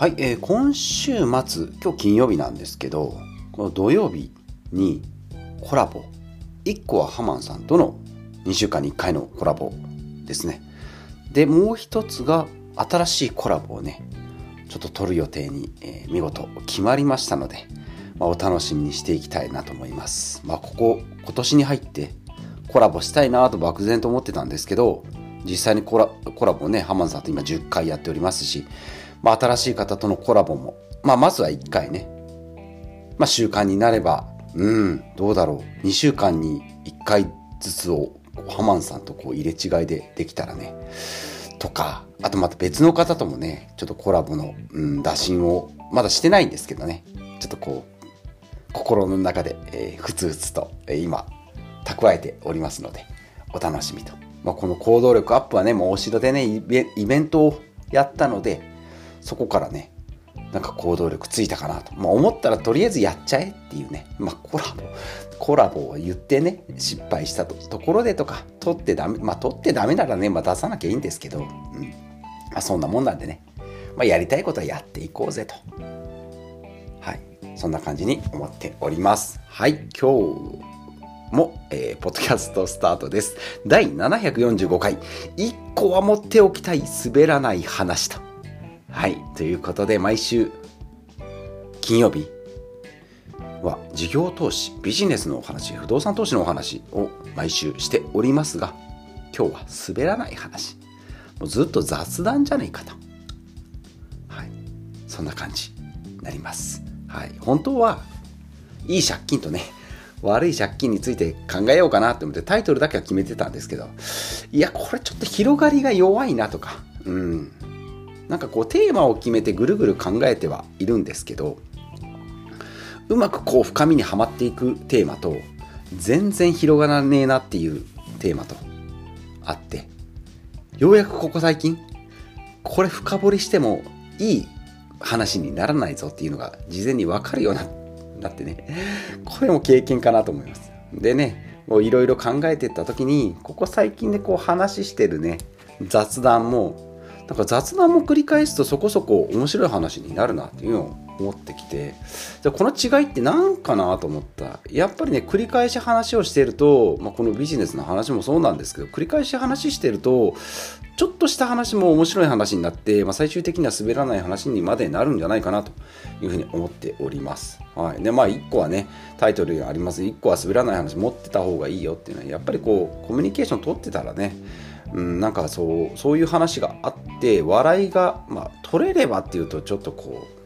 はい、今週末、今日金曜日なんですけど、この土曜日にコラボ、1個はハマンさんとの2週間に1回のコラボですね。で、もう一つが新しいコラボをね、ちょっと撮る予定に、見事決まりましたので、お楽しみにしていきたいなと思います。今年に入ってコラボしたいなと漠然と思ってたんですけど、実際にコラボをね、ハマンさんと今10回やっておりますし、新しい方とのコラボも、まずは1回ね、習慣になれば、どうだろう、2週間に1回ずつをハマンさんと入れ違いでできたらね、とか、あとまた別の方ともね、ちょっとコラボの、打診をまだしてないんですけどね、ちょっと心の中で、ふつふつと、今蓄えておりますので、お楽しみと。この行動力アップはね、もうお城でね、イベントをやったので、そこからね、なんか行動力ついたかなと、思ったらとりあえずやっちゃえっていうね、コラボを言ってね、失敗したところでとか、取ってダメならね、出さなきゃいいんですけど、そんなもんなんでね、やりたいことはやっていこうぜと、はい、そんな感じに思っております。はい、今日も、ポッドキャストスタートです。第745回、1個は持っておきたい滑らない話と。はい、ということで毎週金曜日は事業投資、ビジネスのお話、不動産投資のお話を毎週しておりますが、今日は滑らない話、もうずっと雑談じゃねえかと、はい、そんな感じになります。はい、本当はいい借金とね、悪い借金について考えようかなと思ってタイトルだけは決めてたんですけど、いやこれちょっと広がりが弱いなとか、なんかテーマを決めてぐるぐる考えてはいるんですけど、うまく深みにはまっていくテーマと、全然広がらねえなっていうテーマとあって、ようやくここ最近これ深掘りしてもいい話にならないぞっていうのが事前に分かるようになってね、これも経験かなと思います。でね、いろいろ考えていった時に、ここ最近で話してるね、雑談も繰り返すとそこそこ面白い話になるなっていうのを思ってきて、じゃあこの違いって何かなと思ったら、やっぱりね、繰り返し話をしていると、このビジネスの話もそうなんですけど、繰り返し話しているとちょっとした話も面白い話になって、最終的には滑らない話にまでなるんじゃないかなというふうに思っております。はい、で1個はね、タイトルがあります、1個は滑らない話持ってた方がいいよっていうのは、やっぱりコミュニケーション取ってたらね、なんかそういう話があって笑いが、取れればっていうとちょっと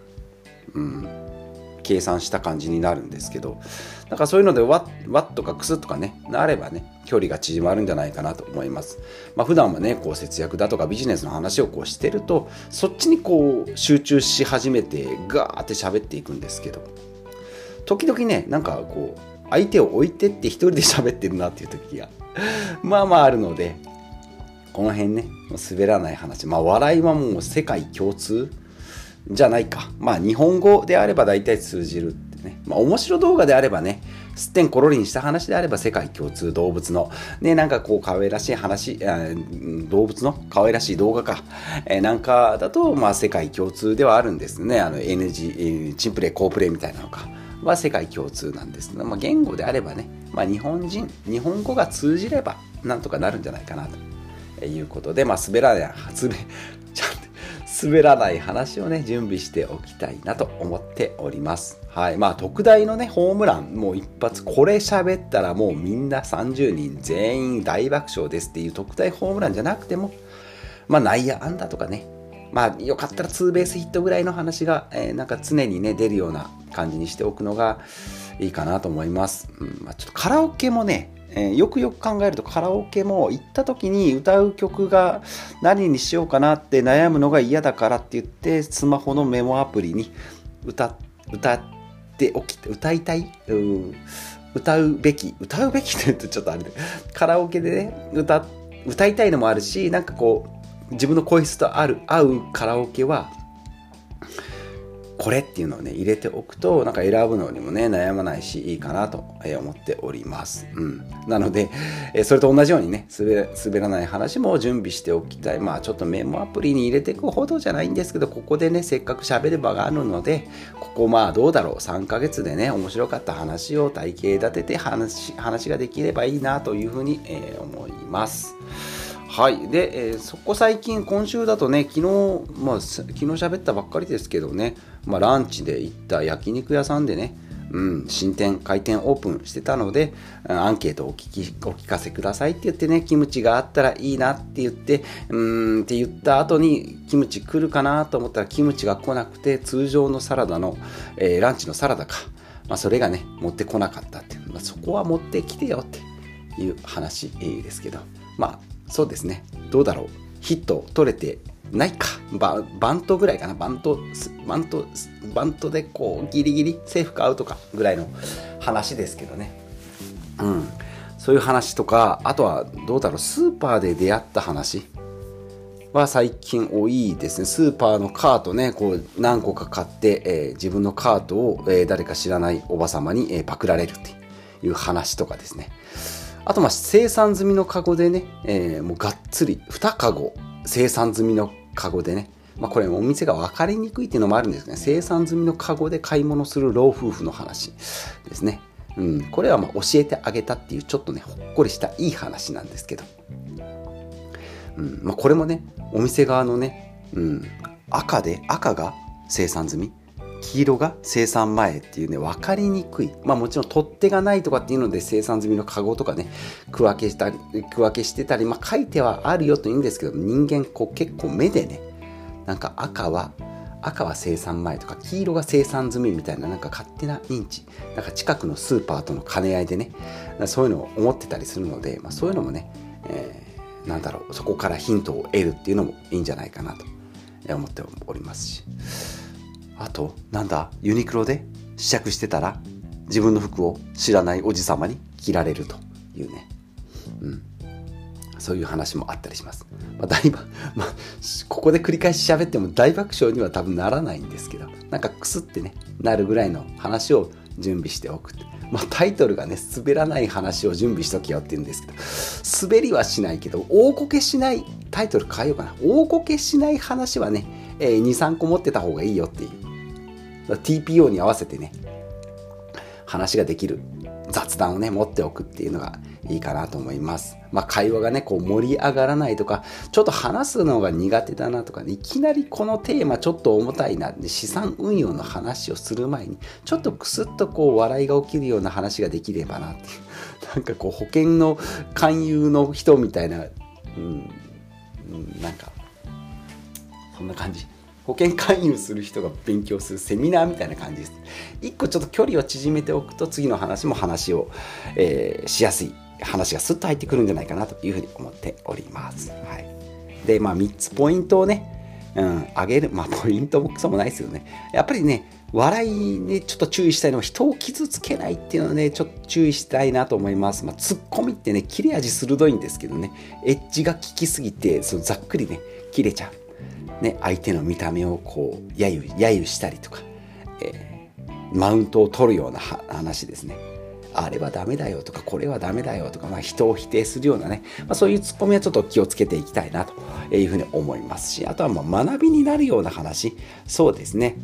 計算した感じになるんですけど、なんかそういうのでワッとかクスとかねなればね、距離が縮まるんじゃないかなと思います。普段はね節約だとかビジネスの話をしてると、そっちに集中し始めてガーって喋っていくんですけど、時々ね、なんか相手を置いてって一人で喋ってるなっていう時があるので、この辺ね、滑らない話、笑いはもう世界共通じゃないか、日本語であれば大体通じるってね、面白動画であればね、すってんころりんした話であれば世界共通、動物のね、なんか可愛らしい話、動物の可愛らしい動画か、なんかだと世界共通ではあるんですね。NG、チンプレイ、コープレイみたいなのかは世界共通なんですけど、言語であればね、日本語が通じればなんとかなるんじゃないかなということで、滑らない話をね準備しておきたいなと思っております。はい、特大のねホームラン、もう一発これ喋ったらもうみんな30人全員大爆笑ですっていう特大ホームランじゃなくても、内野安打とかね、よかったらツーベースヒットぐらいの話が、なんか常にね出るような感じにしておくのがいいかなと思います。ちょっとカラオケもね、よく考えると、カラオケも行った時に歌う曲が何にしようかなって悩むのが嫌だからって言って、スマホのメモアプリに歌いたい、歌うべきって言うとちょっとあれで、カラオケでね歌いたいのもあるし、なんか自分の声質と合うカラオケはこれっていうのをね入れておくと、なんか選ぶのにもね悩まないしいいかなと思っております。なのでそれと同じようにね滑らない話も準備しておきたい。ちょっとメモアプリに入れていくほどじゃないんですけど、ここでねせっかく喋る場があるので、ここどうだろう、3ヶ月でね面白かった話を体系立てて話ができればいいなというふうに思います。はい。で、そこ最近、今週だとね、昨日喋ったばっかりですけどね、ランチで行った焼肉屋さんでね、新店、開店オープンしてたので、アンケートをお聞かせくださいって言ってね、キムチがあったらいいなって言って、って言った後に、キムチ来るかなと思ったら、キムチが来なくて、通常のサラダの、ランチのサラダか、それがね、持ってこなかったっていう、そこは持ってきてよっていう話ですけど、そうですね。どうだろう。ヒット取れてないか。バントぐらいかな。バントでこうギリギリセーフかアウトかぐらいの話ですけどね。そういう話とか、あとはどうだろう。スーパーで出会った話は最近多いですね。スーパーのカートね、こう何個か買って、自分のカートを、誰か知らないおばさまに、パクられるっていう話とかですね。あと生産済みのカゴでね、もうがっつり2カゴ生産済みのカゴでね、これお店が分かりにくいっていうのもあるんですけどね、生産済みのカゴで買い物する老夫婦の話ですね。これは教えてあげたっていうちょっとねほっこりしたいい話なんですけど、これもねお店側のね、赤が生産済み、黄色が生産前っていうね分かりにくい、もちろん取っ手がないとかっていうので生産済みのカゴとかね区分けしてたり、書いてはあるよといいんですけど、人間結構目でね、なんか赤は生産前とか黄色が生産済みみたいな、なんか勝手な認知、なんか近くのスーパーとの兼ね合いでね、そういうのを思ってたりするので、そういうのもね、そこからヒントを得るっていうのもいいんじゃないかなと思っておりますし、あとユニクロで試着してたら自分の服を知らないおじさまに着られるというね、そういう話もあったりします。ここで繰り返し喋っても大爆笑には多分ならないんですけど、なんかクスってねなるぐらいの話を準備しておく。タイトルがね滑らない話を準備しときよって言うんですけど、滑りはしないけど大こけしない、タイトル変えようかな。大こけしない話はね、2、3個持ってた方がいいよっていう、TPO に合わせてね話ができる雑談をね持っておくっていうのがいいかなと思います。会話がね盛り上がらないとか、ちょっと話すのが苦手だなとかね、いきなりこのテーマちょっと重たいなで資産運用の話をする前にちょっとクスッと笑いが起きるような話ができればなっていう、なんか保険の勧誘の人みたいな、なんかそんな感じ。保険勧誘する人が勉強するセミナーみたいな感じです。一個ちょっと距離を縮めておくと次の話も話を、しやすい、話がスッと入ってくるんじゃないかなというふうに思っております。はい。で、3つポイントをね、上げる。ポイントもクソもないですよね。やっぱりね、笑いにちょっと注意したいのは人を傷つけないっていうのはね、ちょっと注意したいなと思います。ツッコミってね、切れ味鋭いんですけどね、エッジが効きすぎて、ざっくりね、切れちゃう。ね、相手の見た目を揶揄したりとか、マウントを取るような話ですね。あれはダメだよとかこれはダメだよとか、人を否定するようなね、そういうツッコミはちょっと気をつけていきたいなというふうに思いますし、あとは学びになるような話、そうですね、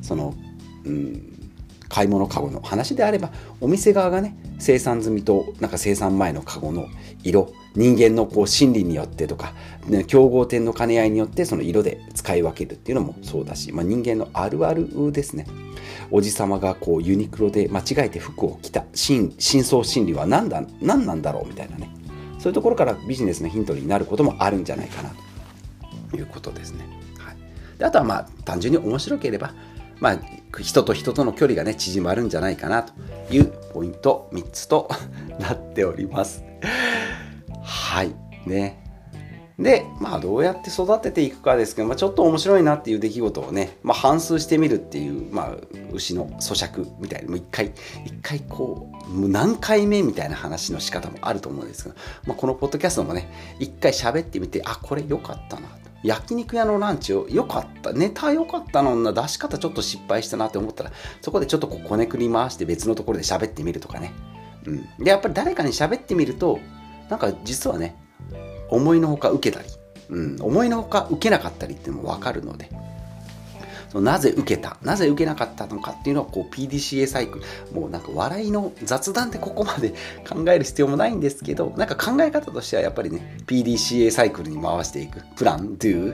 買い物カゴの話であれば、お店側がね生産済みとなんか生産前のカゴの色、人間の心理によってとか、競合店の兼ね合いによってその色で使い分けるっていうのもそうだし、人間のあるあるですね。おじさまがユニクロで間違えて服を着た深層心理は何なんだろうみたいなね、そういうところからビジネスのヒントになることもあるんじゃないかなということですね。はい、であとは単純に面白ければ、人と人との距離がね縮まるんじゃないかなというポイント3つとなっております。はいね。で、どうやって育てていくかですけど、ちょっと面白いなっていう出来事をね、反芻してみるっていう、牛の咀嚼みたいな、もう一回もう何回目みたいな話の仕方もあると思うんですけど、このポッドキャストもね、一回喋ってみて、これ良かったなと。 焼肉屋のランチを良かった、ネタ良かったのな、出し方ちょっと失敗したなって思ったら、そこでちょっとこねくり回して別のところで喋ってみるとかね。で、やっぱり誰かに喋ってみると、なんか実はね、思いのほか受けたり、思いのほか受けなかったりっていうのも分かるので、なぜ受けた、なぜ受けなかったのかっていうのをこう PDCA サイクル、もうなんか笑いの雑談ってここまで考える必要もないんですけど、なんか考え方としてはやっぱりね、PDCA サイクルに回していく。プラン、do、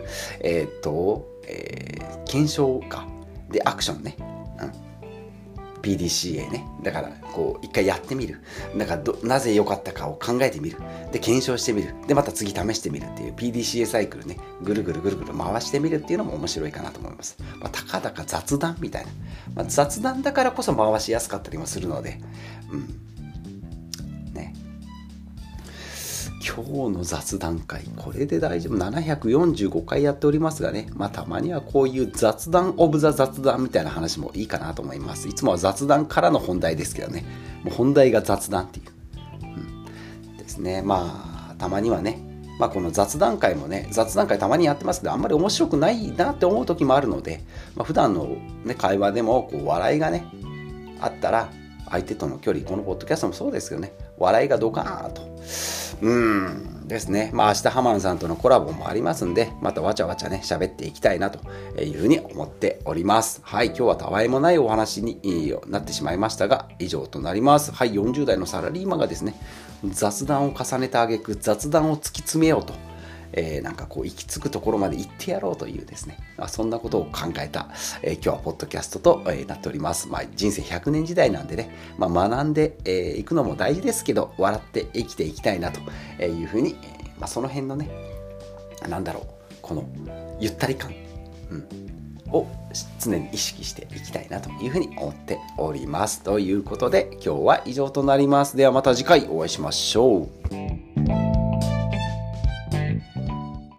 検証か。で、アクションね。PDCA ね。だから、こう、一回やってみる。だからなぜ良かったかを考えてみる。で、検証してみる。で、また次試してみるっていう PDCA サイクルね、ぐるぐる回してみるっていうのも面白いかなと思います。たかだか雑談みたいな。雑談だからこそ回しやすかったりもするので、ね。今日の雑談会、これで大丈夫。745回やっておりますがね、たまにはこういう雑談オブザ雑談みたいな話もいいかなと思います。いつもは雑談からの本題ですけどね、もう本題が雑談っていう、ですね。たまにはね、この雑談会もね、雑談会たまにやってますけど、あんまり面白くないなって思う時もあるので、普段の、ね、会話でもこう笑いがね、あったら、相手との距離、このポッドキャストもそうですけどね、笑いがドカーンと。ですね。明日ハマンさんとのコラボもありますんで、またわちゃわちゃね、喋っていきたいなというふうに思っております。はい、今日はたわいもないお話になってしまいましたが、以上となります。はい、40代のサラリーマンがですね、雑談を重ねてあげく、雑談を突き詰めようと。なんかこう行き着くところまで行ってやろうというですね、そんなことを考えた、今日はポッドキャストと、なっております。人生100年時代なんでね、学んでいくのも大事ですけど、笑って生きていきたいなというふうに、その辺のね、このゆったり感、を常に意識していきたいなというふうに思っております。ということで今日は以上となります。ではまた次回お会いしましょう。